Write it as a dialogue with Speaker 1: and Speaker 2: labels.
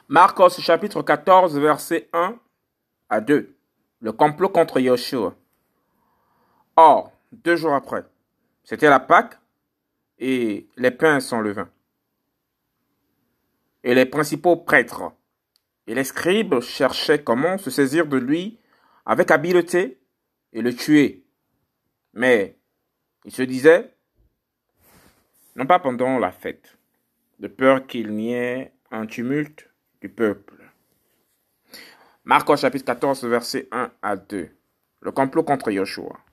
Speaker 1: Marcos chapitre 14, versets 1 à 2. Le complot contre Yoshua. Or, 2 jours après, c'était la Pâque et les pains sans levain. Et les principaux prêtres et les scribes cherchaient comment se saisir de lui avec habileté et le tuer. Mais ils se disaient, non pas pendant la fête, de peur qu'il n'y ait un tumulte du peuple. Marc chapitre 14, versets 1 à 2. Le complot contre Yoshua.